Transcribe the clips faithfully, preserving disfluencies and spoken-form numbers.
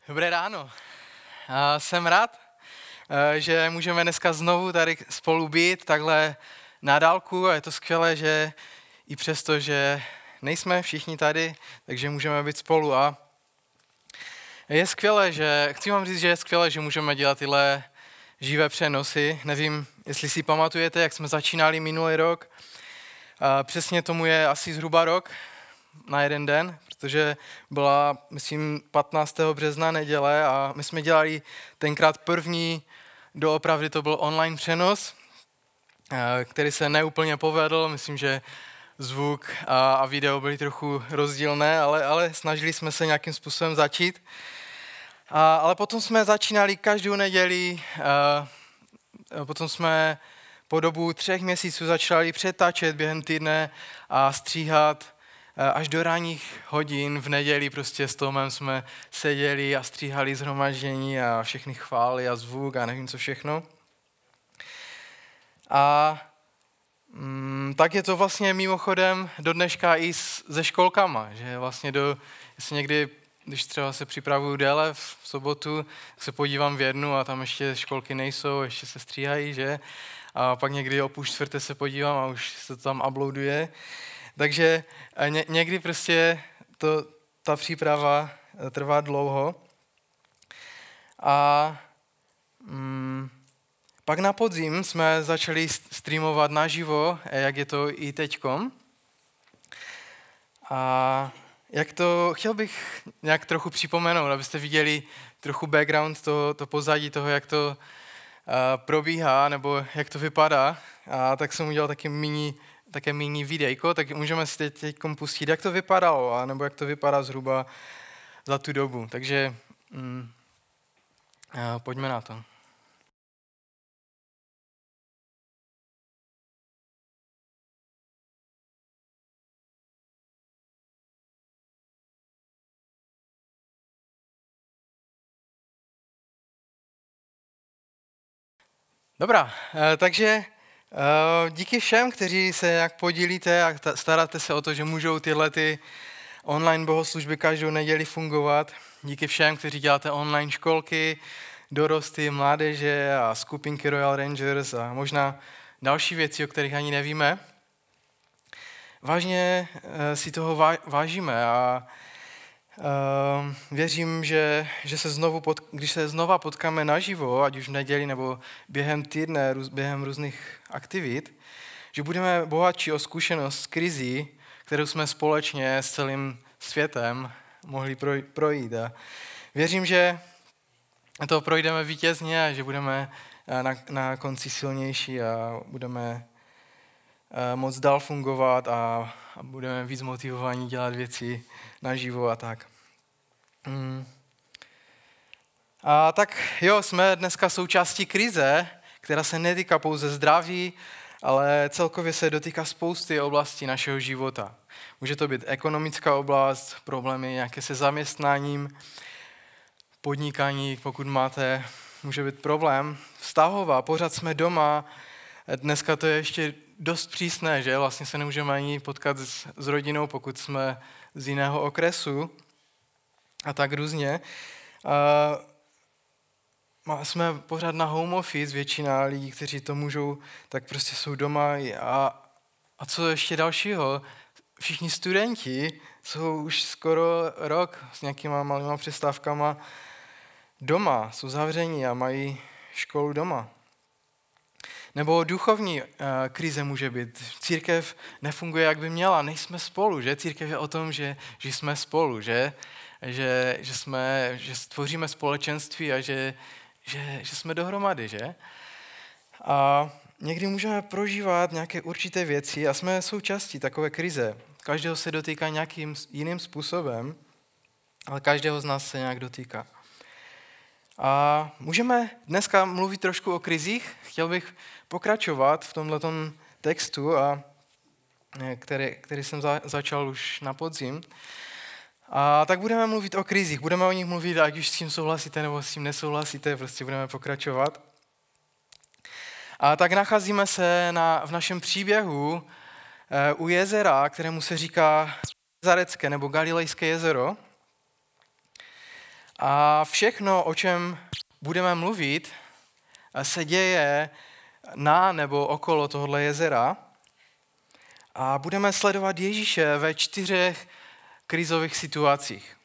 Dobré ráno. A jsem rád, eh, že můžeme dneska znovu tady spolu být takhle na dálku a je to skvělé, že i přesto, že nejsme všichni tady, takže můžeme být spolu a je skvělé, že, chci vám říct, že je skvělé, že můžeme dělat tyhle živé přenosy. Nevím, jestli si pamatujete, jak jsme začínali minulý rok. A přesně tomu je asi zhruba rok na jeden den, protože byla, myslím, patnáctého března neděle a my jsme dělali tenkrát první, doopravdy to byl online přenos, který se neúplně povedl. Myslím, že zvuk a, a video byly trochu rozdílné, ale, ale snažili jsme se nějakým způsobem začít. A, ale potom jsme začínali každou neděli, a potom jsme po dobu třech měsíců začali přetáčet během týdne a stříhat. Až do ranních hodin v neděli prostě s Tomem jsme seděli a stříhali shromaždění a všechny chvály a zvuk a nevím co všechno. A mm, tak je to vlastně mimochodem do dneška i s, se školkama, že vlastně do, jestli někdy, když třeba se připravuju déle v sobotu, tak se podívám v jednu a tam ještě školky nejsou, ještě se stříhají, že? A pak někdy o půl čtvrté se podívám a už se to tam uploaduje. Takže ně, někdy prostě to, ta příprava trvá dlouho. A mm, pak na podzim jsme začali streamovat naživo, jak je to i teďkom. A jak to, chtěl bych nějak trochu připomenout, abyste viděli trochu background, to, to pozadí toho, jak to uh, probíhá, nebo jak to vypadá. A tak jsem udělal taky mini také mini videjko, tak můžeme si teď, teď pustit, jak to vypadalo, nebo jak to vypadá zhruba za tu dobu. Takže mm, pojďme na to. Dobrá, takže díky všem, kteří se jak podílíte a staráte se o to, že můžou tyhle ty online bohoslužby každou neděli fungovat. Díky všem, kteří děláte online školky, dorosty, mládeže a skupinky Royal Rangers a možná další věci, o kterých ani nevíme. Vážně si toho vážíme a věřím, že, že se znovu pot, když se znova potkáme naživo, ať už v neděli nebo během týdne, během různých aktivit, že budeme bohatší o zkušenost s krizí, kterou jsme společně s celým světem mohli projít. A věřím, že to projdeme vítězně a že budeme na, na konci silnější a budeme moc dál fungovat a, a budeme víc motivovaní dělat věci naživo a tak. Hmm. A tak jo, jsme dneska součástí krize, která se netýká pouze zdraví, ale celkově se dotýká spousty oblastí našeho života. Může to být ekonomická oblast, problémy nějaké se zaměstnáním, podnikání, pokud máte, může být problém. Vztahová, pořád jsme doma, dneska to je ještě dost přísné, že vlastně se nemůžeme ani potkat s, s rodinou, pokud jsme z jiného okresu a tak různě. A jsme pořád na home office, většina lidí, kteří to můžou, tak prostě jsou doma. A, a co ještě dalšího? Všichni studenti jsou už skoro rok s nějakýma malýma přestávkama doma, jsou zavření a mají školu doma. Nebo duchovní uh, krize může být. Církev nefunguje, jak by měla, nejsme spolu, že? Církev je o tom, že, že jsme spolu, že? Že, že, jsme, že stvoříme společenství a že, že, že jsme dohromady, že? A někdy můžeme prožívat nějaké určité věci a jsme součástí takové krize. Každého se dotýká nějakým jiným způsobem, ale každého z nás se nějak dotýká. A můžeme dneska mluvit trošku o krizích. Chtěl bych pokračovat v tomhletom textu, a, který, který jsem za, začal už na podzim. A tak budeme mluvit o krizích. Budeme o nich mluvit, ať už s tím souhlasíte nebo s tím nesouhlasíte, prostě budeme pokračovat. A tak nacházíme se na, v našem příběhu e, u jezera, kterému se říká Zarecké nebo Galilejské jezero. A všechno, o čem budeme mluvit, se děje na nebo okolo tohohle jezera. A budeme sledovat Ježíše ve čtyřech krizových situacích.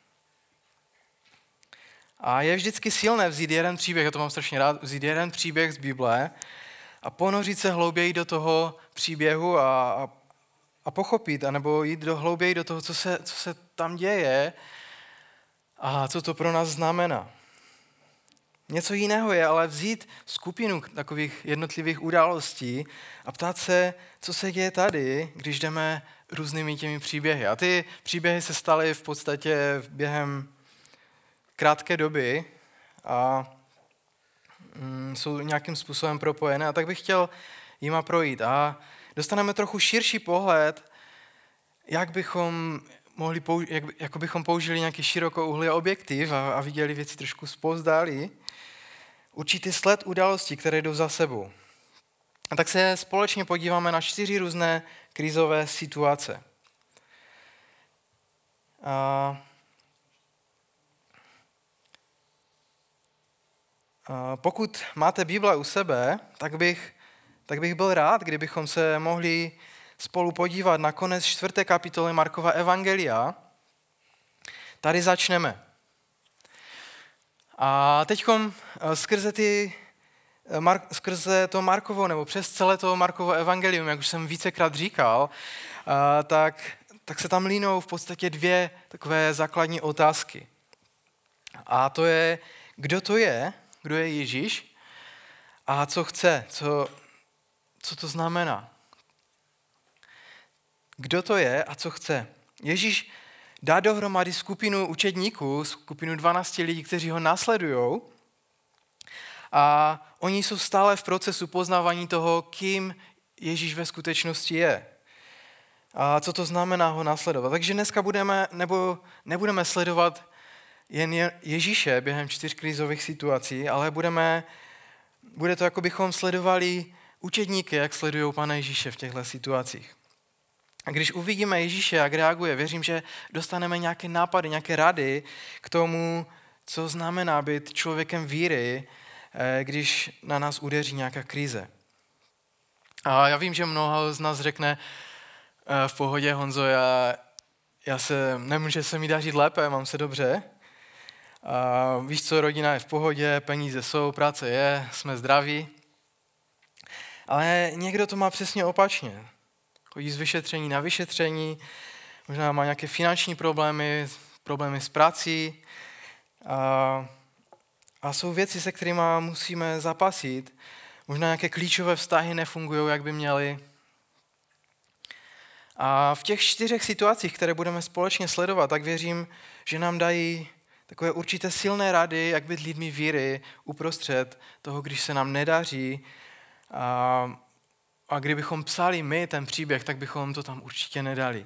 A je vždycky silné vzít jeden příběh, já to mám strašně rád, vzít jeden příběh z Bible a ponořit se hlouběji do toho příběhu a, a, a pochopit, anebo jít do hlouběji do toho, co se, co se tam děje a co to pro nás znamená. Něco jiného je ale vzít skupinu takových jednotlivých událostí a ptát se, co se děje tady, když jdeme různými těmi příběhy. A ty příběhy se staly v podstatě během krátké doby a mm, jsou nějakým způsobem propojené. A tak bych chtěl jima projít. A dostaneme trochu širší pohled, jak bychom mohli použi- jak, jako bychom použili nějaký širokouhlý objektiv a, a viděli věci trošku zpovzdálí. Určitý sled událostí, které jdou za sebou. A tak se společně podíváme na čtyři různé krizové situace. A pokud máte Bible u sebe, tak bych, tak bych byl rád, kdybychom se mohli spolu podívat na konec čtvrté kapitoly Markova evangelia. Tady začneme. A teďkom skrze, ty, skrze to Markovo, nebo přes celé to Markovo evangelium, jak už jsem vícekrát říkal, tak, tak se tam línou v podstatě dvě takové základní otázky. A to je, kdo to je, kdo je Ježíš a co chce, co, co to znamená. Kdo to je a co chce. Ježíš dá dohromady skupinu učedníků, skupinu dvanácti lidí, kteří ho následují a oni jsou stále v procesu poznávání toho, kým Ježíš ve skutečnosti je. A co to znamená ho následovat. Takže dneska budeme, nebo nebudeme sledovat jen Ježíše během čtyř krizových situací, ale budeme, bude to, jako bychom sledovali učedníky, jak sledují Pana Ježíše v těchto situacích. A když uvidíme Ježíše, jak reaguje, věřím, že dostaneme nějaké nápady, nějaké rady k tomu, co znamená být člověkem víry, když na nás udeří nějaká krize. A já vím, že mnoho z nás řekne v pohodě, Honzo, já, já se, nemůže se mi dařit lépe, mám se dobře. A víš co, rodina je v pohodě, peníze jsou, práce je, jsme zdraví. Ale někdo to má přesně opačně. Chodí z vyšetření na vyšetření, možná má nějaké finanční problémy, problémy s prací a, a jsou věci, se kterými musíme zapasit. Možná nějaké klíčové vztahy nefungují, jak by měly. A v těch čtyřech situacích, které budeme společně sledovat, tak věřím, že nám dají takové určité silné rady, jak být lidmi víry uprostřed toho, když se nám nedaří. A, a kdybychom psali my ten příběh, tak bychom to tam určitě nedali.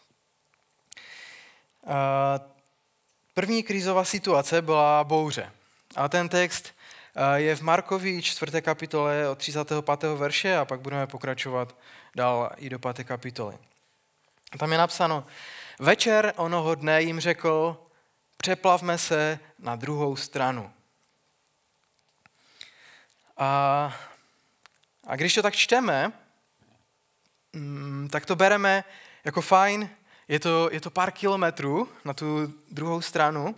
A první krizová situace byla bouře. A ten text je v Markovi čtvrté kapitole od třicátého pátého verše a pak budeme pokračovat dál i do páté kapitoly. A tam je napsáno, večer onoho dne jim řekl, přeplavme se na druhou stranu. A, a když to tak čteme, tak to bereme jako fajn, je to, je to pár kilometrů na tu druhou stranu.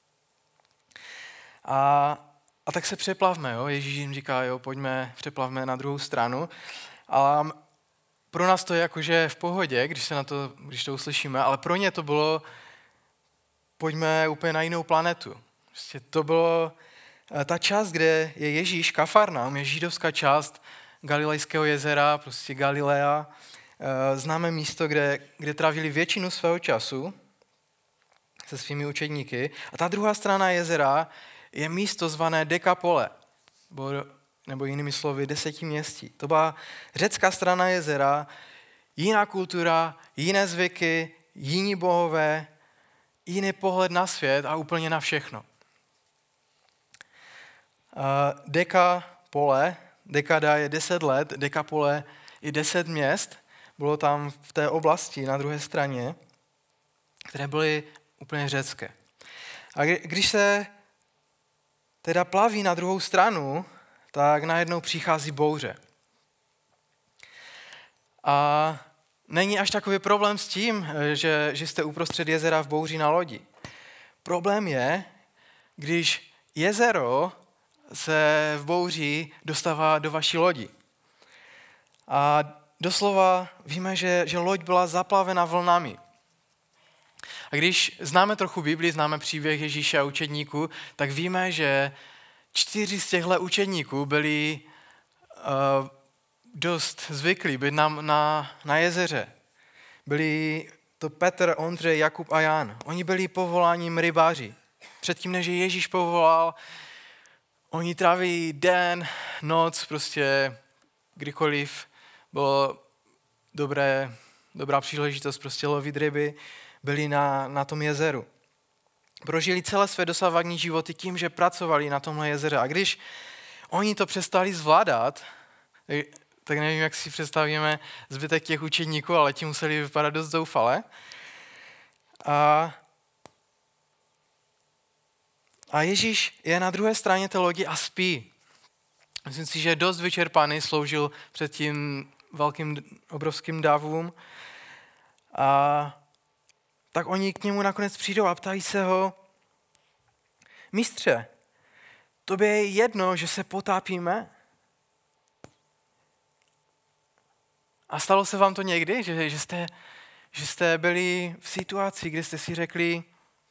A, a tak se přeplavme, jo? Ježíš jim říká, jo, pojďme, přeplavme na druhou stranu. A pro nás to je jakože v pohodě, když, se na to, když to uslyšíme, ale pro ně to bylo, pojďme úplně na jinou planetu. Prostě to bylo ta část, kde je Ježíš, Kafarnaum, je židovská část Galilejského jezera, prostě Galilea. Známe místo, kde, kde trávili většinu svého času se svými učedníky. A ta druhá strana jezera je místo zvané Dekapole, nebo jinými slovy desetiměstí. To byla řecká strana jezera, jiná kultura, jiné zvyky, jiní bohové, jiný pohled na svět a úplně na všechno. Dekapole, dekada je deset let, Dekapole je deset měst, bylo tam v té oblasti na druhé straně, které byly úplně řecké. A když se teda plaví na druhou stranu, tak najednou přichází bouře. A není až takový problém s tím, že, že jste uprostřed jezera v bouři na lodi. Problém je, když jezero se v bouři dostává do vaší lodi. A doslova víme, že, že loď byla zaplavena vlnami. A když známe trochu Bibli, známe příběh Ježíše a učedníků, tak víme, že čtyři z těchto učedníků byli uh, dost zvyklí být na, na, na jezeře. Byli to Petr, Ondřej, Jakub a Jan. Oni byli povoláním rybáři. Předtím, než je Ježíš povolal, oni tráví den, noc, prostě kdykoliv bylo dobré, dobrá příležitost prostě lovit ryby, byli na, na tom jezeru. Prožili celé své dosavadní životy tím, že pracovali na tomhle jezeře. A když oni to přestali zvládat, tak nevím, jak si představíme zbytek těch učedníků, ale ti museli vypadat dost zoufale. A, a Ježíš je na druhé straně té lodi a spí. Myslím si, že je dost vyčerpaný, sloužil před tím velkým, obrovským davům. A tak oni k němu nakonec přijdou a ptají se ho: Mistře, tobě je jedno, že se potápíme? A stalo se vám to někdy, že, že, jste, že jste byli v situaci, kde jste si řekli: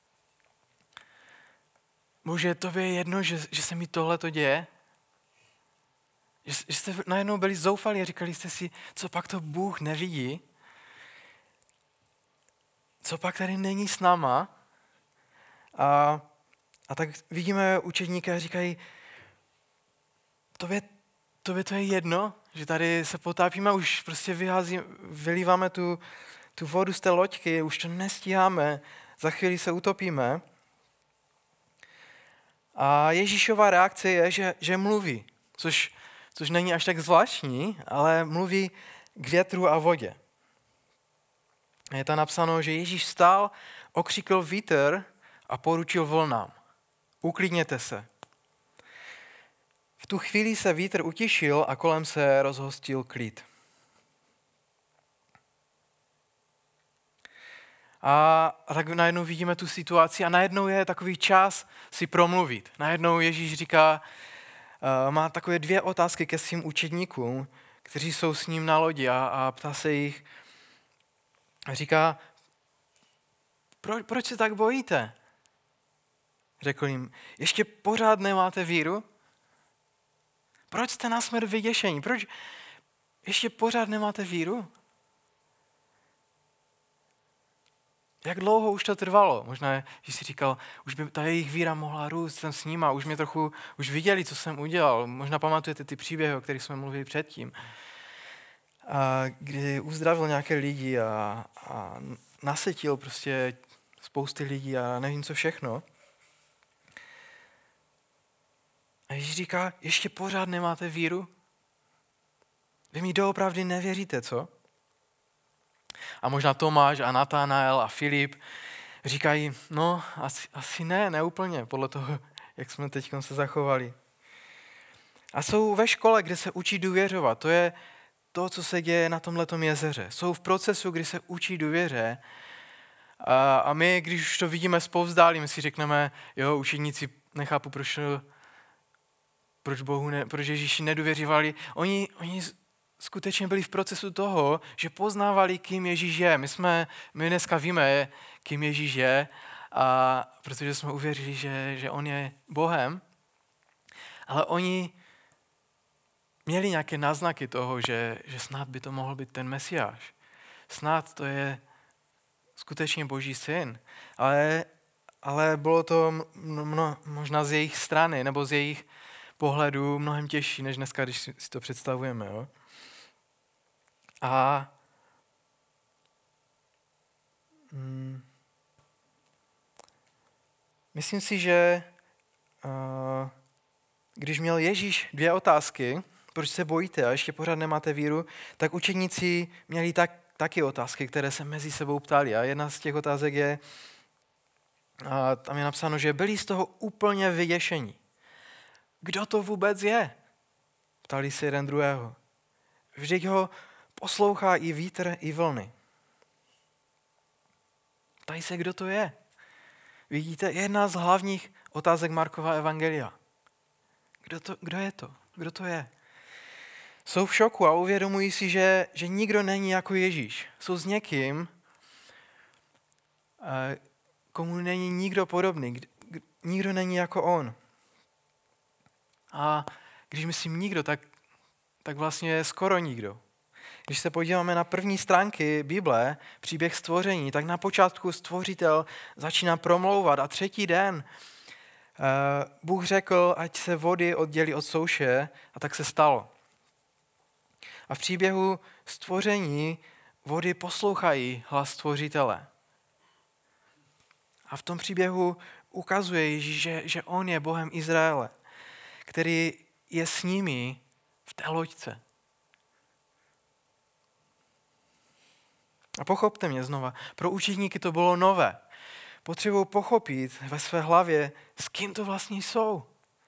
Bože, tobě je jedno, že, že se mi tohleto děje? Že, že jste najednou byli zoufalí a říkali jste si, co pak to Bůh nevidí? Co pak tady není s náma? A, a tak vidíme učedníky a říkají: Tobě, tobě to je jedno, že tady se potápíme, už prostě vyhází, vylíváme tu, tu vodu z té loďky, už to nestíháme, za chvíli se utopíme. A Ježíšova reakce je, že, že mluví, což, což není až tak zvláštní, ale mluví k větru a vodě. Je tam napsáno, že Ježíš stál, okřikl vítr a poručil vlnám: Uklidněte se. V tu chvíli se vítr utišil a kolem se rozhostil klid. A, a tak najednou vidíme tu situaci a najednou je takový čas si promluvit. Najednou Ježíš říká, uh, má takové dvě otázky ke svým učedníkům, kteří jsou s ním na lodi, a, a ptá se jich a říká: Pro, proč se tak bojíte? Řekl jim: Ještě pořád nemáte víru? Proč jste na smrt vyděšení? Proč ještě pořád nemáte víru? Jak dlouho už to trvalo? Možná, že si říkal, už by ta jejich víra mohla růst, jsem s nima, už mě trochu, už viděli, co jsem udělal. Možná pamatujete ty příběhy, o kterých jsme mluvili předtím. A kdy uzdravil nějaké lidi a, a nasetil prostě spousty lidí a nevím co všechno. A Ježíš říká: Ještě pořád nemáte víru? Vy mi doopravdy nevěříte, co? A možná Tomáš a Natanael a Filip říkají: No, asi, asi ne, ne úplně, podle toho, jak jsme teď se zachovali. A jsou ve škole, kde se učí důvěřovat. To je to, co se děje na tomhletom jezeře. Jsou v procesu, kdy se učí důvěře. A, a my, když už to vidíme zpovzdálí, my si řekneme: Jo, učeníci, nechápu, proč, proč Bohu, ne, proč Ježíši nedůvěřovali. Oni, oni skutečně byli v procesu toho, že poznávali, kým Ježíš je. My jsme, my dneska víme, kým Ježíš je, a protože jsme uvěřili, že, že on je Bohem, ale oni měli nějaké náznaky toho, že, že snad by to mohl být ten Mesiáš. Snad to je skutečně Boží syn. Ale, ale bylo to mno, možná z jejich strany nebo z jejich pohledu mnohem těžší, než dneska, když si to představujeme. Jo? A mm, myslím si, že uh, když měl Ježíš dvě otázky, proč se bojíte a ještě pořád nemáte víru, tak učeníci měli tak, taky otázky, které se mezi sebou ptali. A jedna z těch otázek je, A tam je napsáno, že byli z toho úplně vyděšení. Kdo to vůbec je? Ptali se jeden druhého. Vždyť ho poslouchá i vítr, i vlny. Ptají se, kdo to je. Vidíte, jedna z hlavních otázek Markova evangelia. Kdo, to, kdo je to? Kdo to je? Jsou v šoku a uvědomují si, že, že nikdo není jako Ježíš. Jsou s někým, komu není nikdo podobný. Nikdo není jako on. A když myslím nikdo, tak, tak vlastně skoro nikdo. Když se podíváme na první stránky Bible, příběh stvoření, tak na počátku stvořitel začíná promlouvat a třetí den Bůh řekl, ať se vody oddělí od souše, a tak se stalo. A v příběhu stvoření vody poslouchají hlas stvořitele. A v tom příběhu ukazuje Ježíš, že, že on je Bohem Izraele, který je s nimi v té loďce. A pochopte mě znova, pro učedníky to bylo nové. Potřebují pochopit ve své hlavě, s kým to vlastně jsou.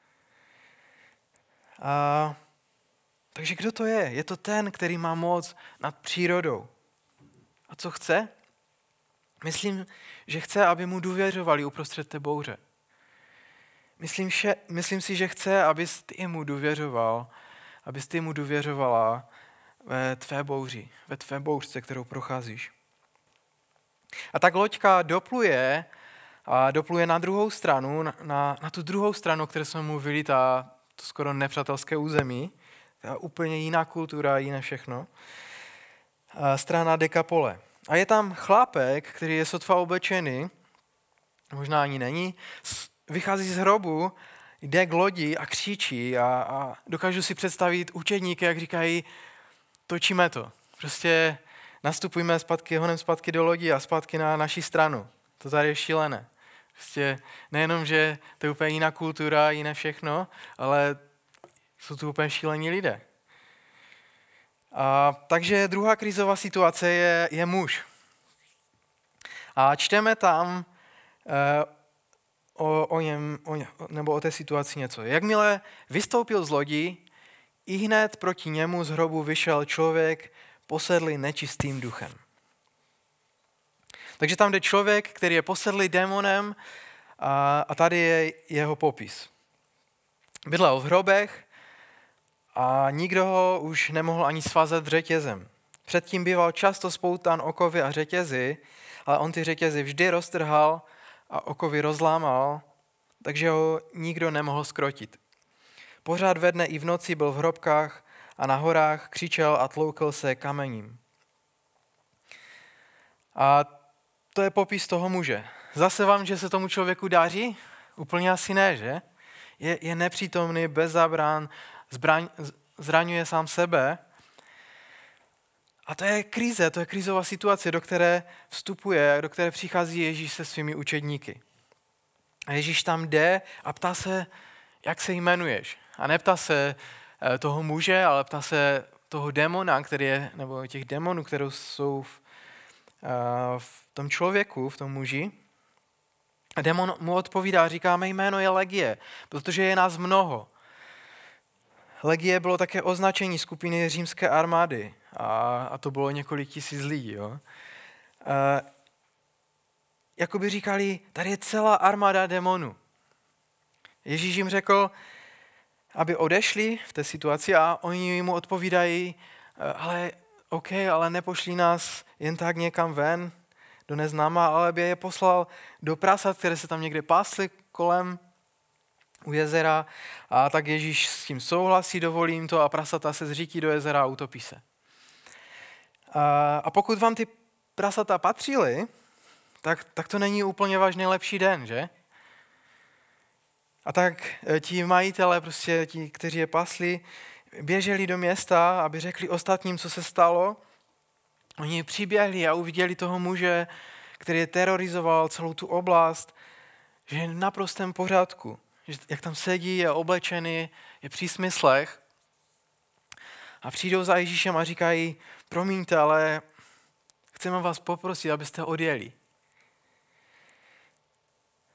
A, takže kdo to je? Je to ten, který má moc nad přírodou. A co chce? Myslím, že chce, aby mu důvěřovali uprostřed té bouře. Myslím, že, myslím si, že chce, abys ty mu důvěřoval, abys ty mu důvěřovala ve tvé bouři, ve tvé bouřce, kterou procházíš. A tak loďka dopluje a dopluje na druhou stranu, na, na tu druhou stranu, o které jsme mluvili, ta, to skoro nepřátelské území, ta úplně jiná kultura, jiné všechno. A strana Dekapole. A je tam chlápek, který je sotva oblečený, možná ani není, vychází z hrobu, jde k lodi a křičí a, a dokážu si představit učedníky, jak říkají, točíme to. Prostě nastupujeme zpátky, honem zpátky do lodi a zpátky na naši stranu. To tady je šílené. Prostě nejenom, že to je úplně jiná kultura, jiné všechno, ale jsou tu úplně šílení lidé. A, takže druhá krizová situace je, je muž. A čteme tam e, o, o něm, o, nebo o té situaci něco. Jakmile vystoupil z lodi, ihned proti němu z hrobu vyšel člověk posedlý nečistým duchem. Takže tam jde člověk, který je posedlý démonem a, a tady je jeho popis. Bydlel v hrobech a nikdo ho už nemohl ani svázat řetězem. Předtím býval často spoután okovy a řetězy, ale on ty řetězy vždy roztrhal a okovy rozlámal, takže ho nikdo nemohl zkrotit. Pořád ve dne i v noci byl v hrobkách a na horách křičel a tloukl se kamením. A to je popis toho muže. Zase vám, že se tomu člověku daří? Úplně asi ne, že? Je, je nepřítomný, bez zábran, zbraň, zraňuje sám sebe. A to je krize, to je krizová situace, do které vstupuje, do které přichází Ježíš se svými učedníky. A Ježíš tam jde a ptá se, jak se jmenuješ. A neptá se toho muže, ale ptá se toho démona, který je, nebo těch démonů, které jsou v, v tom člověku, v tom muži. A démon mu odpovídá, říká, mé jméno je Legie, protože je nás mnoho. Legie bylo také označení skupiny římské armády a, a to bylo několik tisíc lidí. Jo. A, jakoby říkali, tady je celá armáda démonů. Ježíš jim řekl, aby odešli v té situaci a oni mu odpovídají, ale OK, ale nepošli nás jen tak někam ven, do neznáma, ale by je poslal do prasat, které se tam někde pásly kolem u jezera a tak Ježíš s tím souhlasí, dovolí jim to a prasata se zřítí do jezera a utopí se. A, a pokud vám ty prasata patřily, tak, tak to není úplně váš nejlepší den, že? A tak ti majitelé, prostě ti, kteří je pasli, běželi do města, aby řekli ostatním, co se stalo. Oni přiběhli a uviděli toho muže, který terorizoval celou tu oblast, že je v naprostém pořádku. Že jak tam sedí, je oblečený, je při smyslech. A přijdou za Ježíšem a říkají, promiňte, ale chceme vás poprosit, abyste odjeli.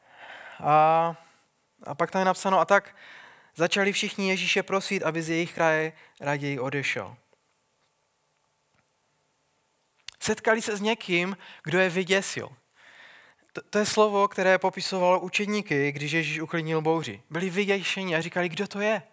A, a pak tam je napsáno, a tak začali všichni Ježíše prosit, aby z jejich kraje raději odešel. Setkali se s někým, kdo je vyděsil. To, to je slovo, které popisovalo učedníky, když Ježíš uklidnil bouři. Byli vyděšení a říkali, kdo to je.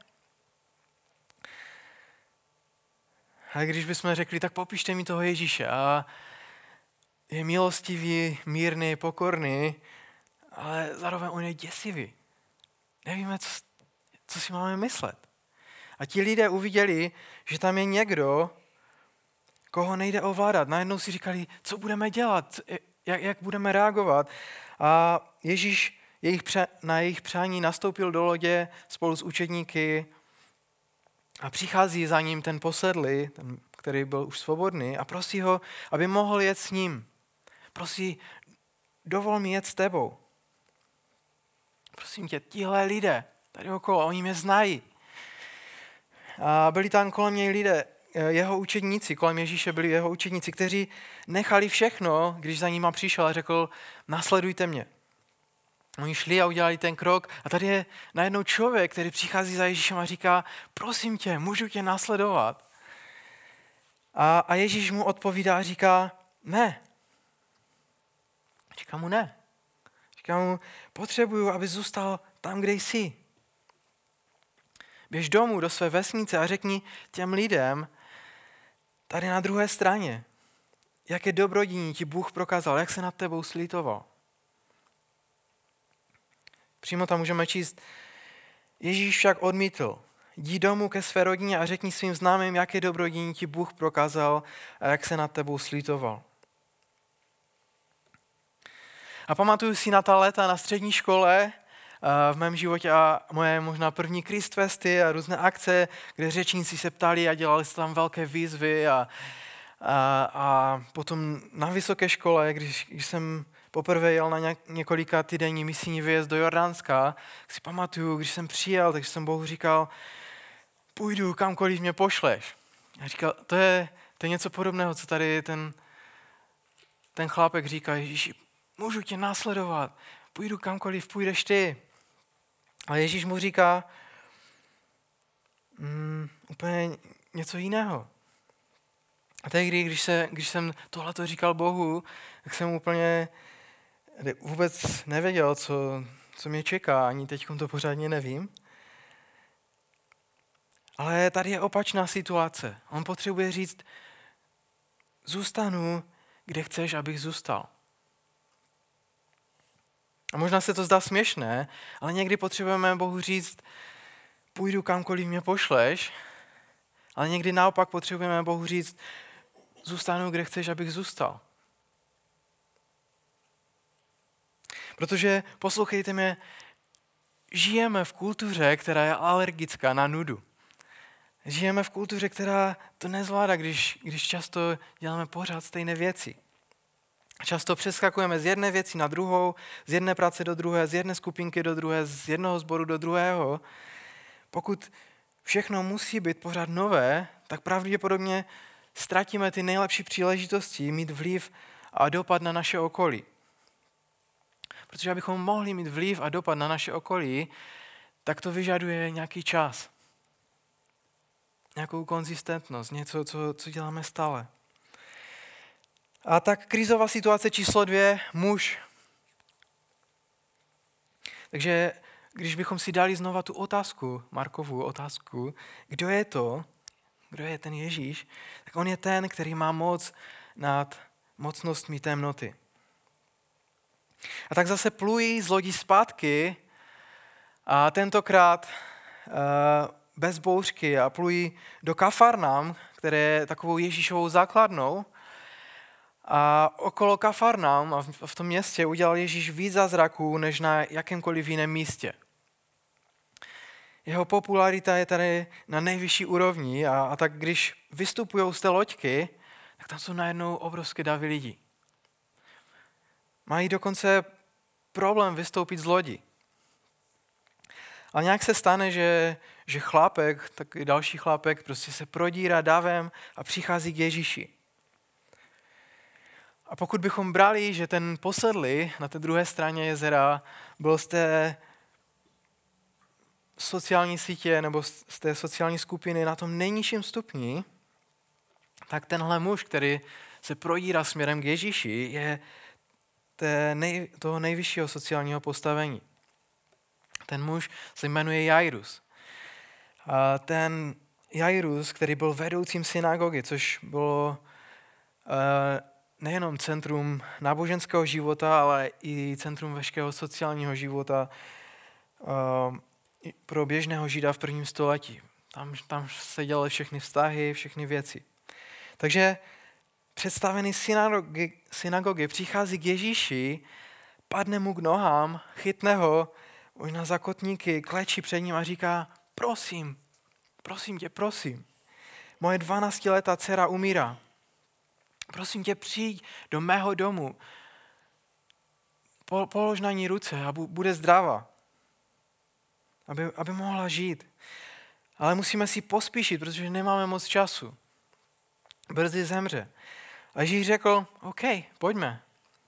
A když bychom řekli, tak popište mi toho Ježíše. A je milostivý, mírný, pokorný, ale zároveň on je děsivý. Nevíme, co, co si máme myslet. A ti lidé uviděli, že tam je někdo, koho nejde ovládat. Najednou si říkali, co budeme dělat, jak, jak budeme reagovat. A Ježíš jejich, na jejich přání nastoupil do lodě spolu s učedníky a přichází za ním ten posedlý, ten, který byl už svobodný, a prosí ho, aby mohl jet s ním. Prosí, dovol mi jet s tebou. Prosím tě, tihle lidé tady okolo, oni mě znají. A byli tam kolem něj lidé, jeho učedníci, kolem Ježíše byli jeho učedníci, kteří nechali všechno, když za nima přišel a řekl, následujte mě. Oni šli a udělali ten krok a tady je najednou člověk, který přichází za Ježíšem a říká, prosím tě, můžu tě následovat. A, a Ježíš mu odpovídá a říká, ne. Říká mu ne. Říká mu, potřebuju, aby zůstal tam, kde jsi. Běž domů do své vesnice a řekni těm lidem tady na druhé straně, jaké dobrodění ti Bůh prokázal, jak se nad tebou slitoval. Přímo tam můžeme číst, Ježíš však odmítl. Jdi domů ke své rodině a řekni svým známým, jaké dobrodění ti Bůh prokázal a jak se nad tebou slitoval. A pamatuju si na ta léta na střední škole, v mém životě a moje možná první Kristfesty a různé akce, kde řečníci se ptali a dělali se tam velké výzvy a, a, a potom na vysoké škole, když, když jsem poprvé jel na něk, několika týdenní misijní výjezd do Jordánska, tak si pamatuju, když jsem přijel, takže jsem Bohu říkal, půjdu kamkoliv mě pošleš. A říkal, to je, to je něco podobného, co tady ten, ten chlápek říká, Ježíši, můžu tě následovat, půjdu kamkoliv půjdeš ty. Ale Ježíš mu říká mm, úplně něco jiného. A tehdy, když, se, když jsem tohleto říkal Bohu, tak jsem úplně vůbec nevěděl, co, co mě čeká, ani teď to pořádně nevím. Ale tady je opačná situace. On potřebuje říct, zůstanu, kde chceš, abych zůstal. A možná se to zdá směšné, ale někdy potřebujeme Bohu říct, půjdu kamkoliv mě pošleš, ale někdy naopak potřebujeme Bohu říct, zůstanu, kde chceš, abych zůstal. Protože, poslouchejte mě, žijeme v kultuře, která je alergická na nudu. Žijeme v kultuře, která to nezvládá, když, když často děláme pořád stejné věci. Často přeskakujeme z jedné věci na druhou, z jedné práce do druhé, z jedné skupinky do druhé, z jednoho sboru do druhého. Pokud všechno musí být pořád nové, tak pravděpodobně ztratíme ty nejlepší příležitosti mít vliv a dopad na naše okolí. Protože abychom mohli mít vliv a dopad na naše okolí, tak to vyžaduje nějaký čas. Nějakou konzistentnost, něco, co, co děláme stále. A tak krizová situace číslo dvě, muž. Takže když bychom si dali znova tu otázku, Markovu otázku, kdo je to, kdo je ten Ježíš, tak on je ten, který má moc nad mocnostmi temnoty. A tak zase plují z lodi zpátky a tentokrát uh, bez bouřky a plují do Kafarnaum, které je takovou Ježíšovou základnou. A okolo Kafarnaum a v tom městě udělal Ježíš víc zázraků než na jakémkoliv jiném místě. Jeho popularita je tady na nejvyšší úrovni a, a tak když vystupují z té loďky, tak tam jsou najednou obrovské davy lidí. Mají dokonce problém vystoupit z lodi. Ale nějak se stane, že, že chlápek, tak i další chlápek, prostě se prodírá davem a přichází k Ježíši. A pokud bychom brali, že ten posedlý na té druhé straně jezera byl z té sociální sítě nebo z té sociální skupiny na tom nejnižším stupni, tak tenhle muž, který se prodírá směrem k Ježíši, je té nej, toho nejvyššího sociálního postavení. Ten muž se jmenuje Jairus. A ten Jairus, který byl vedoucím synagogy, což bylo uh, nejenom centrum náboženského života, ale i centrum veškerého sociálního života uh, pro běžného Žida v prvním století. Tam, tam se dělaly všechny vztahy, všechny věci. Takže představený synagogy, synagogy přichází k Ježíši, padne mu k nohám, chytne ho, možná za kotníky, klečí před ním a říká, prosím, prosím tě, prosím, moje dvanáctiletá dcera umírá. Prosím tě, přijď do mého domu, polož na ní ruce a bude zdravá, aby, aby mohla žít. Ale musíme si pospíšit, protože nemáme moc času. Brzy zemře. A Ježíš řekl, OK, pojďme.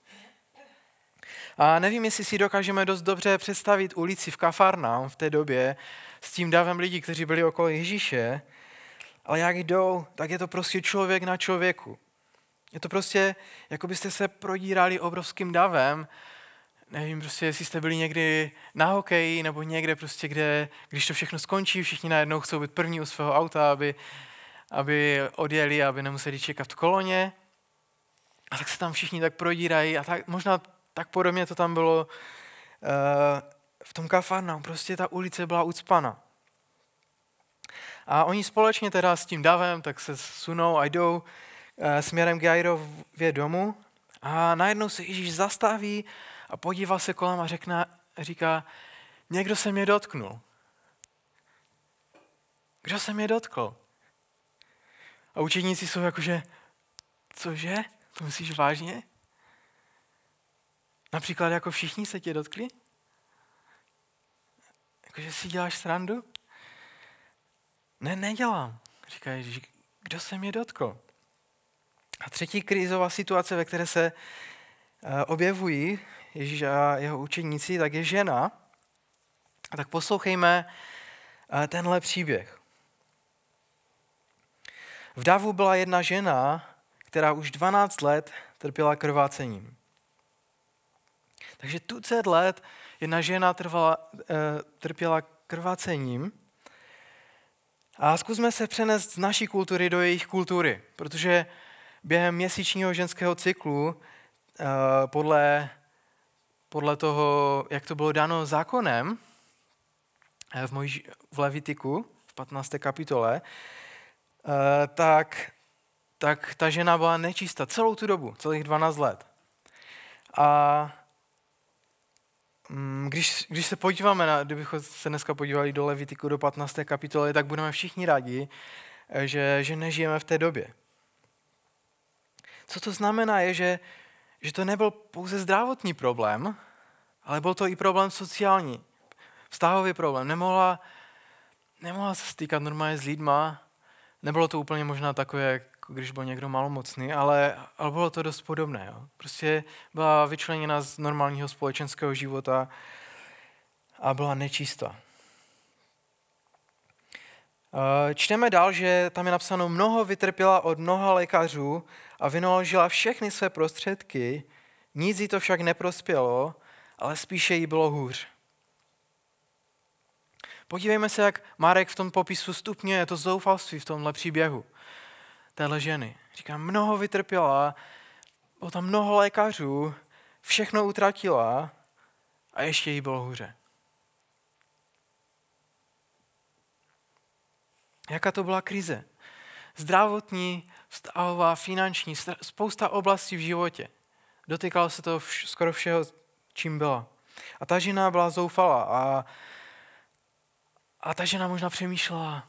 A nevím, jestli si dokážeme dost dobře představit ulici v Kafarnaum v té době s tím davem lidí, kteří byli okolo Ježíše, ale jak jdou, tak je to prostě člověk na člověku. Je to prostě, jako byste se prodírali obrovským davem. Nevím, prostě, jestli jste byli někdy na hokeji nebo někde prostě, kde, když to všechno skončí, všichni najednou chcou být první u svého auta, aby, aby odjeli, aby nemuseli čekat v koloně. A tak se tam všichni tak prodírají a tak, možná tak podobně to tam bylo uh, v tom Kafarnaum. Prostě ta ulice byla ucpana. A oni společně teda s tím davem tak se sunou a jdou uh, směrem k Jairově domu a najednou se Ježíš zastaví a podívá se kolem a řekne, říká, někdo se mě dotknul. Kdo se mě dotkl? A učedníci jsou jakože, cože? To myslíš vážně? Například jako všichni se tě dotkli? Jakože si děláš srandu? Ne, nedělám. Říká Ježíš, kdo se mě dotkl? A třetí krizová situace, ve které se objevují Ježíš a jeho učeníci, tak je žena. A tak poslouchejme tenhle příběh. V davu byla jedna žena, která už dvanáct let trpěla krvácením. Takže tucet let jedna žena trvala, trpěla krvácením. A zkusme se přenést z naší kultury do jejich kultury, protože během měsíčního ženského cyklu podle, podle toho, jak to bylo dáno zákonem v, Mojž, v Levitiku, v patnácté kapitole, tak, tak ta žena byla nečistá celou tu dobu, celých dvanáct let. A když, když se podíváme, na, kdybychom se dneska podívali do Levitiku, do patnácté kapitoly, tak budeme všichni rádi, že, že nežijeme v té době. Co to znamená je, že, že to nebyl pouze zdravotní problém, ale byl to i problém sociální, vztahový problém. Nemohla, nemohla se stýkat normálně s lidma, nebylo to úplně možná takové, jako když byl někdo malomocný, ale, ale bylo to dost podobné. Jo. Prostě byla vyčleněna z normálního společenského života a byla nečistá. Čteme dál, že tam je napsáno, mnoho vytrpěla od mnoha lékařů a vynaložila všechny své prostředky, nic jí to však neprospělo, ale spíše jí bylo hůř. Podívejme se, jak Marek v tom popisu stupňuje to zoufalství v tomhle příběhu téhle ženy. Říká, mnoho vytrpěla, bylo tam mnoho lékařů, všechno utratila a ještě jí bylo hůře. Jaká to byla krize? Zdravotní, vztahová, finanční, spousta oblastí v životě. Dotýkalo se to vš- skoro všeho, čím byla. A ta žena byla zoufalá a, a ta žena možná přemýšlela,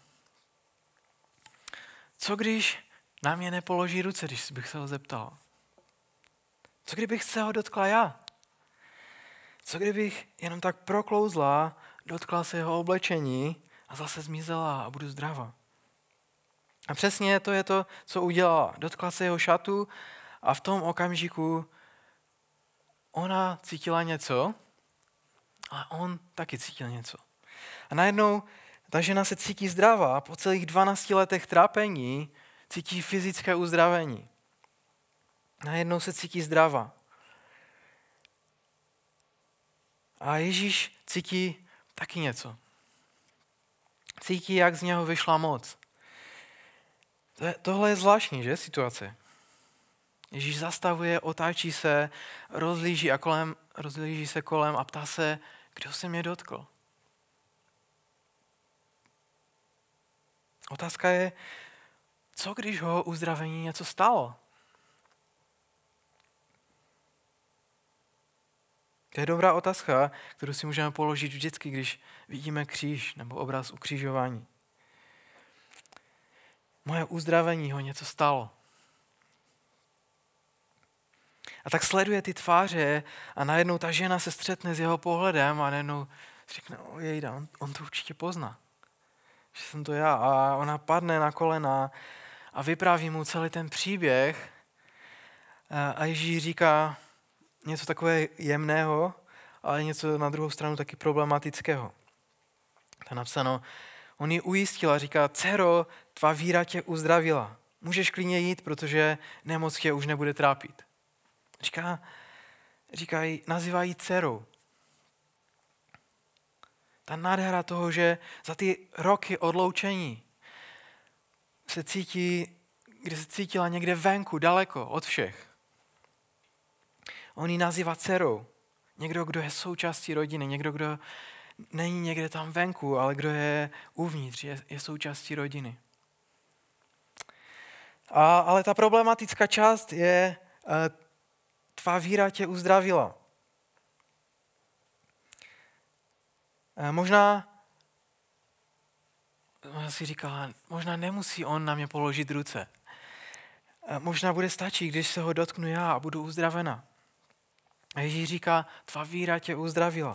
co když na mě nepoloží ruce, když bych se ho zeptal? Co kdybych se ho dotkla já? Co kdybych jenom tak proklouzla, dotkla se jeho oblečení a zase zmizela a budu zdravá? A přesně to je to, co udělala. Dotkla se jeho šatu a v tom okamžiku ona cítila něco, ale on taky cítil něco. A najednou ta žena se cítí zdravá, po celých dvanácti letech trápení cítí fyzické uzdravení. Najednou se cítí zdravá. A Ježíš cítí taky něco. Cítí, jak z něho vyšla moc. Tohle je zvláštní, že, situace. Ježíš zastavuje, otáčí se, rozlíží, a kolem, rozlíží se kolem a ptá se, kdo se mě dotkl. Otázka je, co když ho uzdravení něco stalo? To je dobrá otázka, kterou si můžeme položit vždycky, když vidíme kříž nebo obraz ukřižování. Moje uzdravení ho něco stalo. A tak sleduje ty tváře a najednou ta žena se střetne s jeho pohledem a najednou řekne, ojejda, on, on to určitě pozná. Že jsem to já. A ona padne na kolena a vypráví mu celý ten příběh. A Ježíš říká něco takové jemného, ale něco na druhou stranu taky problematického. To je napsáno, on ji ujistil a říká, dcero, tvá víra tě uzdravila. Můžeš klidně jít, protože nemoc tě už nebude trápit. Říká, říká jí, nazývá jí dcerou. Ta nádhera toho, že za ty roky odloučení se cítí, kde se cítila někde venku, daleko od všech. On ji nazývá dcerou. Někdo, kdo je součástí rodiny, někdo, kdo není někde tam venku, ale kdo je uvnitř, je, je součástí rodiny. A, ale ta problematická část je, tvá víra tě uzdravila. Možná, možná si říkala, možná nemusí on na mě položit ruce. Možná bude stačit, když se ho dotknu já a budu uzdravena. A Ježíš říká, tvá víra tě uzdravila.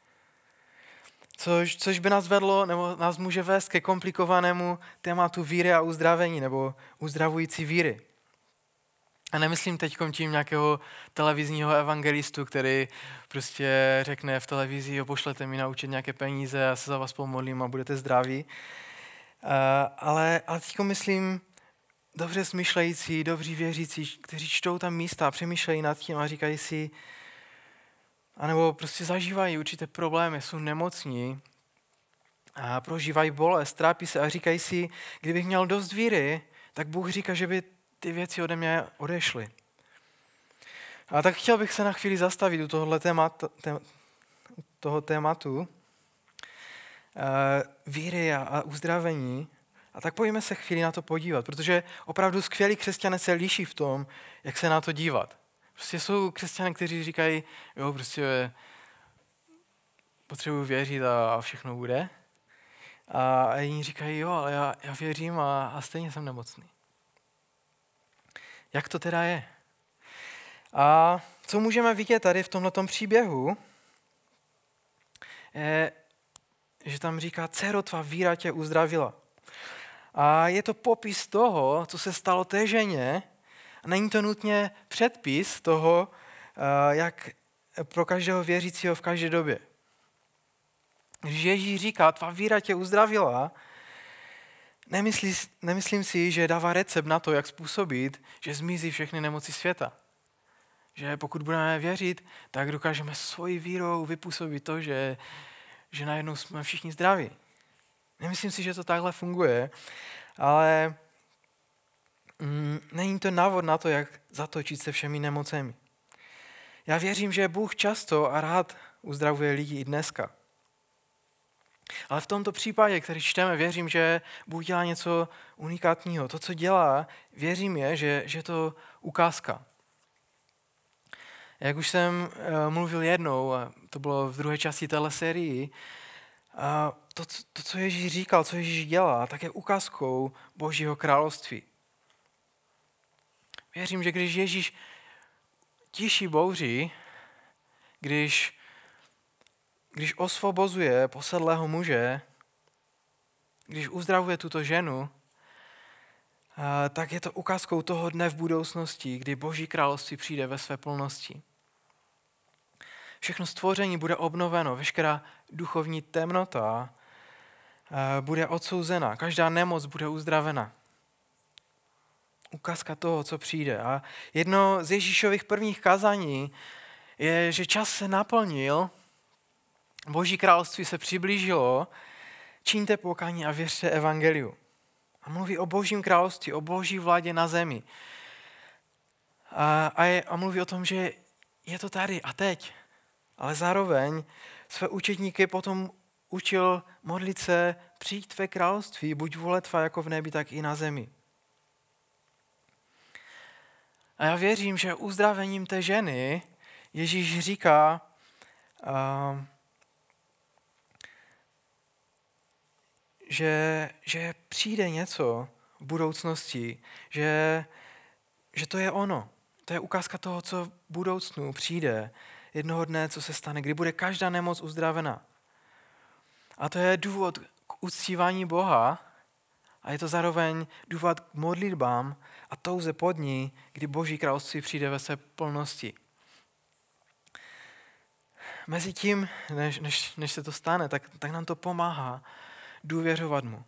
Což, což by nás vedlo, nebo nás může vést ke komplikovanému tématu víry a uzdravení, nebo uzdravující víry. A nemyslím teď tím nějakého televizního evangelistu, který prostě řekne v televizi, jo, pošlete mi na účet nějaké peníze, já se za vás pomodlím a budete zdraví. Uh, ale, ale teď myslím dobře smyšlející, dobří věřící, kteří čtou tam místa a přemýšlejí nad tím a říkají si, anebo prostě zažívají určité problémy, jsou nemocní a prožívají bolest, trápí se a říkají si, kdybych měl dost víry, tak Bůh říká, že by ty věci ode mě odešly. A tak chtěl bych se na chvíli zastavit u tohohle tématu, tém, toho tématu uh, víry a, a uzdravení. A tak pojďme se chvíli na to podívat, protože opravdu skvělí křesťané se liší v tom, jak se na to dívat. Prostě jsou křesťané, kteří říkají, jo, prostě potřebuji věřit a, a všechno bude. A, a jiní říkají, jo, ale já, já věřím a, a stejně jsem nemocný. Jak to teda je? A co můžeme vidět tady v tomhletom příběhu, je, že tam říká, dcero, tvá víra tě uzdravila. A je to popis toho, co se stalo té ženě, a není to nutně předpis toho, jak pro každého věřícího v každé době. Když Ježíš říká, tvá víra tě uzdravila, nemyslí, nemyslím si, že dává recept na to, jak způsobit, že zmizí všechny nemoci světa. Že pokud budeme věřit, tak dokážeme svojí vírou vypůsobit to, že, že najednou jsme všichni zdraví. Nemyslím si, že to takhle funguje, ale mm, není to návod na to, jak zatočit se všemi nemocemi. Já věřím, že Bůh často a rád uzdravuje lidi i dneska. Ale v tomto případě, který čteme, věřím, že Bůh dělá něco unikátního. To, co dělá, věřím je, že, že to ukázka. Jak už jsem uh, mluvil jednou, a to bylo v druhé části téhle sérii, a to, to, co Ježíš říkal, co Ježíš dělá, tak je ukázkou Božího království. Věřím, že když Ježíš tiší bouři, když, když osvobozuje posedlého muže, když uzdravuje tuto ženu, tak je to ukázkou toho dne v budoucnosti, kdy Boží království přijde ve své plnosti. Všechno stvoření bude obnoveno, veškerá duchovní temnota bude odsouzena, každá nemoc bude uzdravena. Ukázka toho, co přijde. A jedno z Ježíšových prvních kázání je, že čas se naplnil, Boží království se přiblížilo, čiňte pokání a věřte evangeliu. A mluví o Božím království, o Boží vládě na zemi. A, a, je, a mluví o tom, že je to tady a teď. Ale zároveň své učedníky potom učil modlit se, přijď tvé království, buď vůle tvá jako v nebi, tak i na zemi. A já věřím, že uzdravením té ženy Ježíš říká, uh, že, že přijde něco v budoucnosti, že, že to je ono. To je ukázka toho, co v budoucnu přijde. Jednoho dne, co se stane, kdy bude každá nemoc uzdravena. A to je důvod k uctívání Boha a je to zároveň důvod k modlitbám a touze po dní, kdy Boží království přijde ve své plnosti. Mezi tím, než, než, než se to stane, tak, tak nám to pomáhá důvěřovat mu.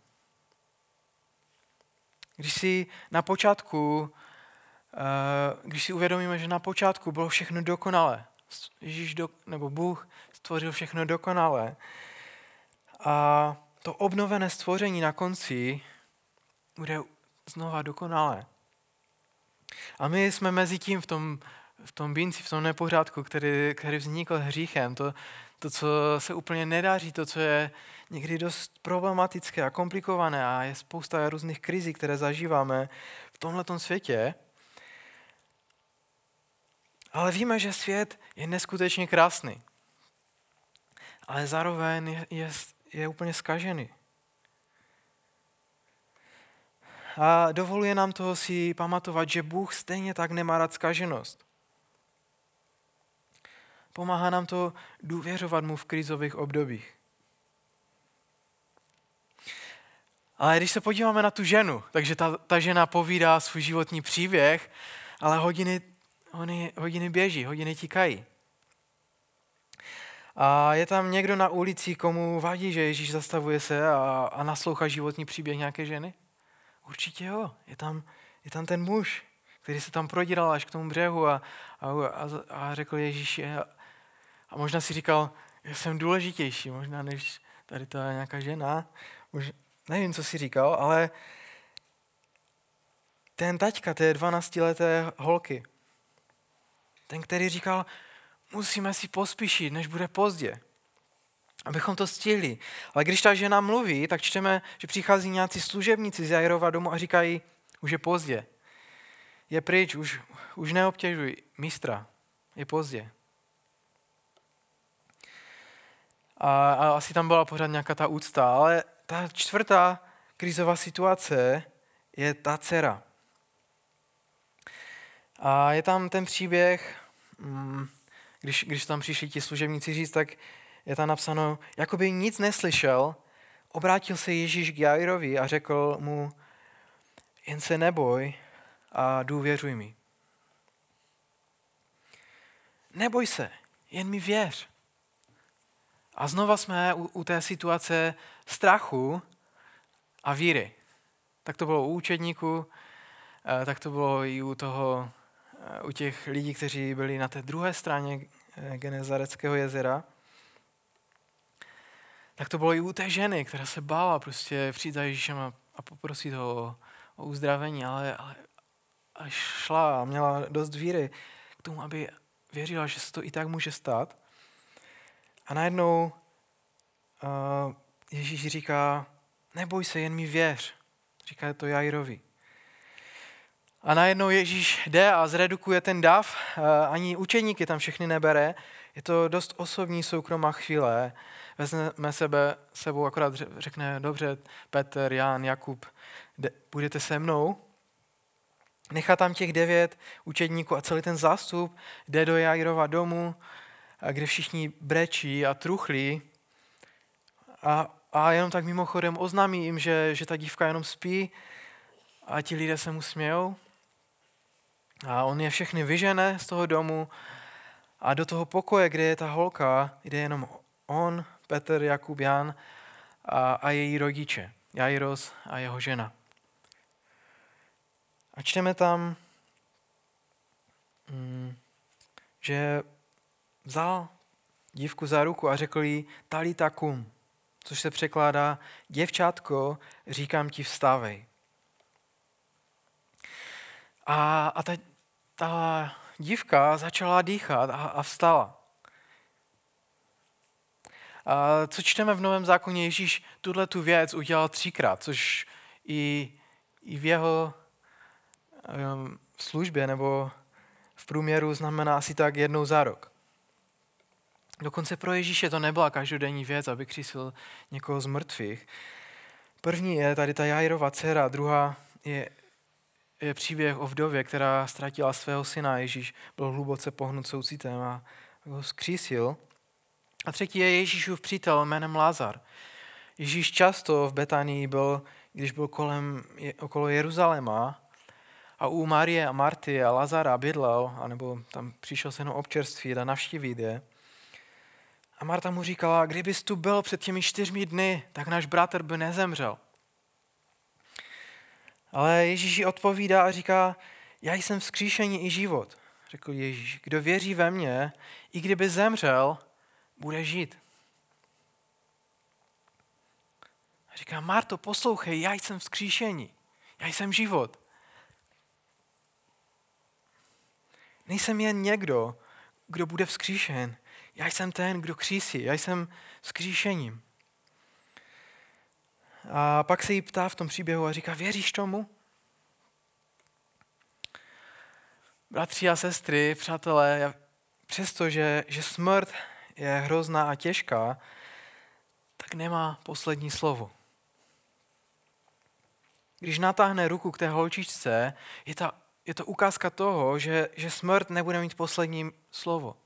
Když si na počátku, když si uvědomíme, že na počátku bylo všechno dokonalé, Ježíš do, nebo Bůh stvořil všechno dokonalé a to obnovené stvoření na konci bude znova dokonalé. A my jsme mezi tím v tom, v tom bínci, v tom nepořádku, který, který vznikl hříchem, to, to, co se úplně nedaří, to, co je někdy dost problematické a komplikované a je spousta různých krizí, které zažíváme v tomhletom světě. Ale víme, že svět je neskutečně krásný. Ale zároveň je, je, je úplně zkažený. A dovoluje nám toho si pamatovat, že Bůh stejně tak nemá rád zkaženost. Pomáhá nám to důvěřovat mu v krizových obdobích. Ale když se podíváme na tu ženu, takže ta, ta žena povídá svůj životní příběh, ale hodiny, hodiny, hodiny běží, hodiny tikají. A je tam někdo na ulici, komu vadí, že Ježíš zastavuje se a, a naslouchá životní příběh nějaké ženy? Určitě jo. Je tam, je tam ten muž, který se tam prodíral až k tomu břehu a, a, a, a řekl Ježíši, a, a možná si říkal, já jsem důležitější, možná než tady ta nějaká žena. Mož, nevím, co si říkal, ale ten taťka té dvanáctileté holky, ten, který říkal, musíme si pospíšit, než bude pozdě, abychom to stihli. Ale když ta žena mluví, tak čteme, že přichází nějací služebníci z Jairova domu a říkají, už je pozdě. Je pryč, už, už neobtěžuj mistra, je pozdě. A, a asi tam byla pořád nějaká ta úcta, ale ta čtvrtá krizová situace je ta dcera. A je tam ten příběh, když, když tam přišli ti služebníci říct, tak je tam napsáno, jako by nic neslyšel, obrátil se Ježíš k Jairovi a řekl mu, jen se neboj a důvěřuj mi. Neboj se, jen mi věř. A znova jsme u, u té situace strachu a víry. Tak to bylo u učedníků, tak to bylo i u toho, u těch lidí, kteří byli na té druhé straně Genezareckého jezera. Tak to bylo i u té ženy, která se bála prostě přijít za Ježíšem a, a poprosit ho o, o uzdravení, ale, ale až šla a měla dost víry k tomu, aby věřila, že se to i tak může stát. A najednou uh, Ježíš říká, neboj se, jen mi věř. Říká to Jairovi. A najednou Ježíš jde a zredukuje ten dav, uh, ani učeníky tam všechny nebere. Je to dost osobní, soukromá chvíle. Vezme sebe sebou, akorát řekne, dobře, Petr, Jan, Jakub, de, budete se mnou. Nechá tam těch devět učedníků a celý ten zástup jde do Jairova domu, kde všichni brečí a truchlí. A, a jenom tak mimochodem oznámí jim, že, že ta dívka jenom spí a ti lidé se mu smějou. A on je všechny vyžene z toho domu a do toho pokoje, kde je ta holka, jde jenom on, Petr, Jakub, Jan a, a její rodiče, Jairos a jeho žena. A čteme tam, že vzal dívku za ruku a řekl jí talita kum, což se překládá děvčátko, říkám ti vstávej. A, a ta, ta dívka začala dýchat a, a vstala. A co čteme v Novém zákoně, Ježíš tuhle tu věc udělal třikrát, což i, i v jeho um, službě nebo v průměru znamená asi tak jednou za rok. Dokonce pro Ježíše to nebyla každodenní věc, aby křísil někoho z mrtvých. První je tady ta Jairova dcera, druhá je, je příběh o vdově, která ztratila svého syna. Ježíš byl hluboce pohnut soucitem a ho vzkřísil. A třetí je Ježíšův přítel jménem Lazar. Ježíš často v Betánii byl, když byl kolem, okolo Jeruzaléma a u Marie a Marty a Lazara bydlel, anebo tam přišel se jenom občerstvít a navštívit je. A Marta mu říkala, kdybys tu byl před těmi čtyřmi dny, tak náš bratr by nezemřel. Ale Ježíš jí odpovídá a říká, já jsem vzkříšení i život, řekl Ježíš. Kdo věří ve mě, i kdyby zemřel, bude žít. A říká, Marto, poslouchej, já jsem vzkříšení, já jsem život. Nejsem jen někdo, kdo bude vzkříšen. Já jsem ten, kdo křísí, já jsem vzkříšením. A pak se jí ptá v tom příběhu a říká, věříš tomu? Bratři a sestry, přátelé, přestože že smrt je hrozná a těžká, tak nemá poslední slovo. Když natáhne ruku k té holčičce, je, ta, je to ukázka toho, že, že smrt nebude mít poslední slovo.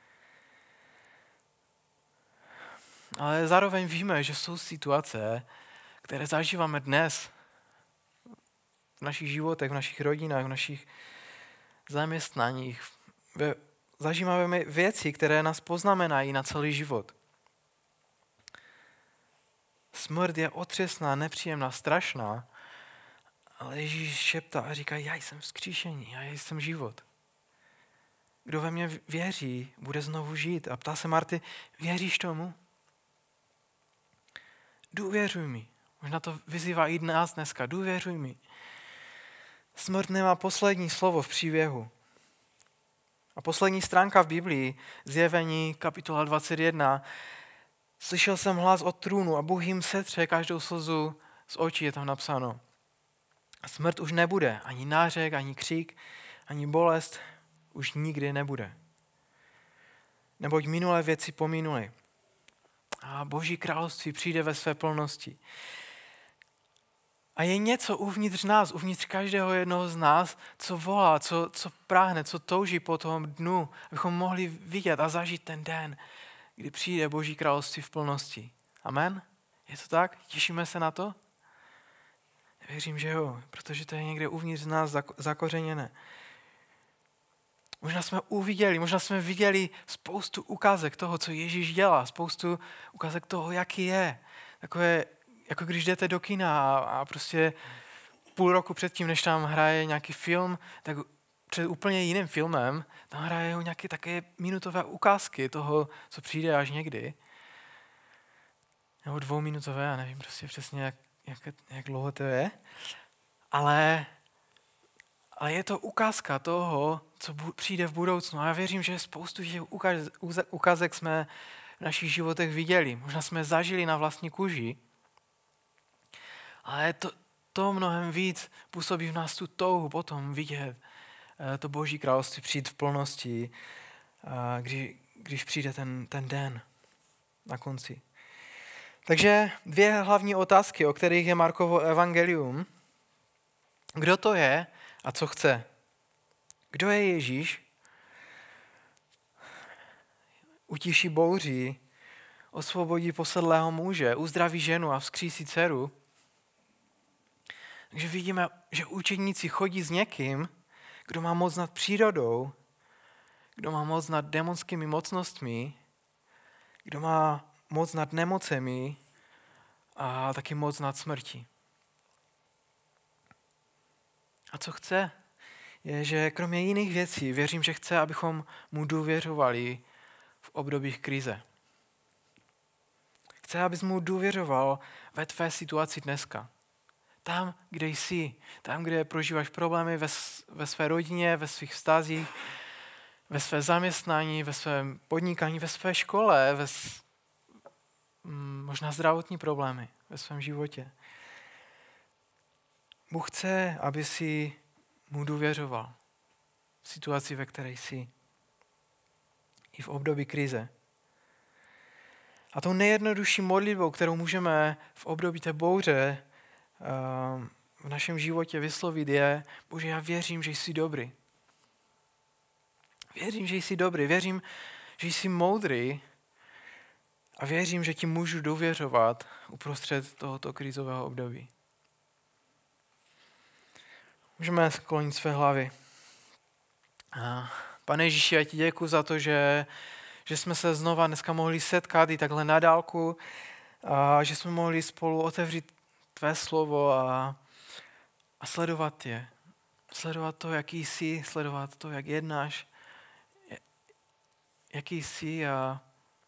Ale zároveň víme, že jsou situace, které zažíváme dnes v našich životech, v našich rodinách, v našich zaměstnáních. Zažíváme věci, které nás poznamenají na celý život. Smrt je otřesná, nepříjemná, strašná, ale Ježíš šeptá a říká, já jsem vzkříšení, já jsem život. Kdo ve mě věří, bude znovu žít. A ptá se Marty, věříš tomu? Důvěřuj mi. Možná to vyzývá i nás dneska. Důvěřuj mi. Smrt nemá poslední slovo v příběhu. A poslední stránka v Biblii, Zjevení, kapitola dvacet jedna. Slyšel jsem hlas od trůnu a Bůh jim setře každou slzu z očí, je tam napsáno. A smrt už nebude, ani nářek, ani křik, ani bolest už nikdy nebude. Neboť minulé věci pominuly. A Boží království přijde ve své plnosti. A je něco uvnitř nás, uvnitř každého jednoho z nás, co volá, co, co práhne, co touží po tom dnu, abychom mohli vidět a zažít ten den, kdy přijde Boží království v plnosti. Amen? Je to tak? Těšíme se na to? Věřím, že jo, protože to je někde uvnitř nás zakořeněné. Možná jsme uviděli, možná jsme viděli spoustu ukázek toho, co Ježíš dělá, spoustu ukázek toho, jaký je. Takové, jako když jdete do kina a, a prostě půl roku předtím, než tam hraje nějaký film, tak před úplně jiným filmem tam hraje nějaké také minutové ukázky toho, co přijde až někdy. Nebo dvouminutové, já nevím prostě přesně, jak, jak, jak dlouho to je. Ale, ale je to ukázka toho, co bu- přijde v budoucnu. A já věřím, že spoustu těch ukaz- ukázek jsme v našich životech viděli. Možná jsme zažili na vlastní kůži. Ale to, to mnohem víc působí v nás tu touhu potom vidět to Boží království přijít v plnosti, když, když přijde ten, ten den na konci. Takže dvě hlavní otázky, o kterých je Markovo evangelium. Kdo to je a co chce? Kdo je Ježíš? Utiší bouři, osvobodí posedlého muže, uzdraví ženu a vzkřísí dceru. Takže vidíme, že učedníci chodí s někým, kdo má moc nad přírodou, kdo má moc nad démonskými mocnostmi, kdo má moc nad nemocemi a taky moc nad smrtí. A co chce, je, že kromě jiných věcí věřím, že chce, abychom mu důvěřovali v obdobích krize. Chce, abys mu důvěřoval ve tvé situaci dneska. Tam, kde jsi, tam, kde prožíváš problémy ve, ve své rodině, ve svých vztazích, ve své zaměstnání, ve svém podnikání, ve své škole, ve s, m, možná zdravotní problémy ve svém životě. Bůh chce, aby si mu důvěřoval v situaci, ve které jsi. I v období krize. A tou nejjednodušší modlitbou, kterou můžeme v období té bouře v našem životě vyslovit je: Bože, já věřím, že jsi dobrý. Věřím, že jsi dobrý. Věřím, že jsi moudrý a věřím, že ti můžu důvěřovat uprostřed tohoto krizového období. Můžeme sklonit své hlavy. Pane Ježíši, já ti děkuji za to, že, že jsme se znova dneska mohli setkat i takhle na dálku a že jsme mohli spolu otevřít tvé slovo a, a sledovat je. Sledovat to, jaký jsi, sledovat to, jak jednáš, jaký jsi a,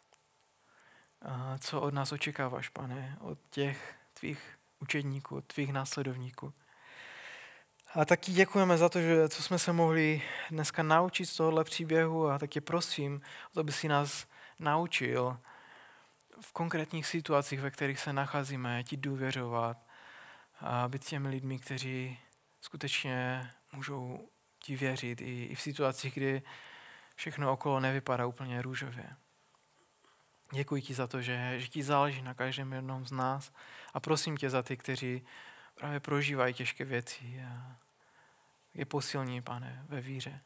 a co od nás očekáváš, Pane, od těch tvých učedníků, od tvých následovníků. A taky děkujeme za to, že co jsme se mohli dneska naučit z tohohle příběhu a taky prosím, o to by si nás naučil v konkrétních situacích, ve kterých se nacházíme, ti důvěřovat a být těmi lidmi, kteří skutečně můžou ti věřit i, i v situacích, kdy všechno okolo nevypadá úplně růžově. Děkuji ti za to, že, že ti záleží na každém jednom z nás a prosím tě za ty, kteří právě prožívají těžké věci a je posilní, Pane, ve víře.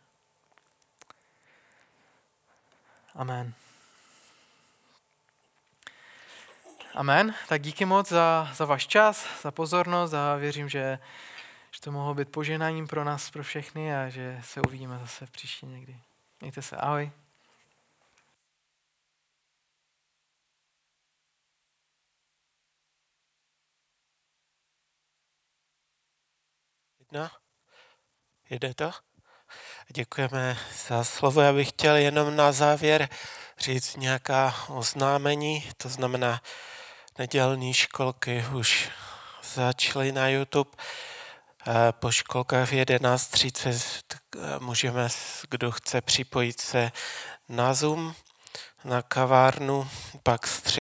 Amen. Amen. Tak díky moc za, za váš čas, za pozornost a věřím, že, že to mohlo být poženáním pro nás, pro všechny a že se uvidíme zase příště někdy. Mějte se, ahoj. No, jede to? Děkujeme za slovo. Já bych chtěl jenom na závěr říct nějaká oznámení, to znamená nedělní školky už začaly na YouTube. Po školkách v jedenáct třicet můžeme, kdo chce, připojit se na Zoom, na kavárnu, pak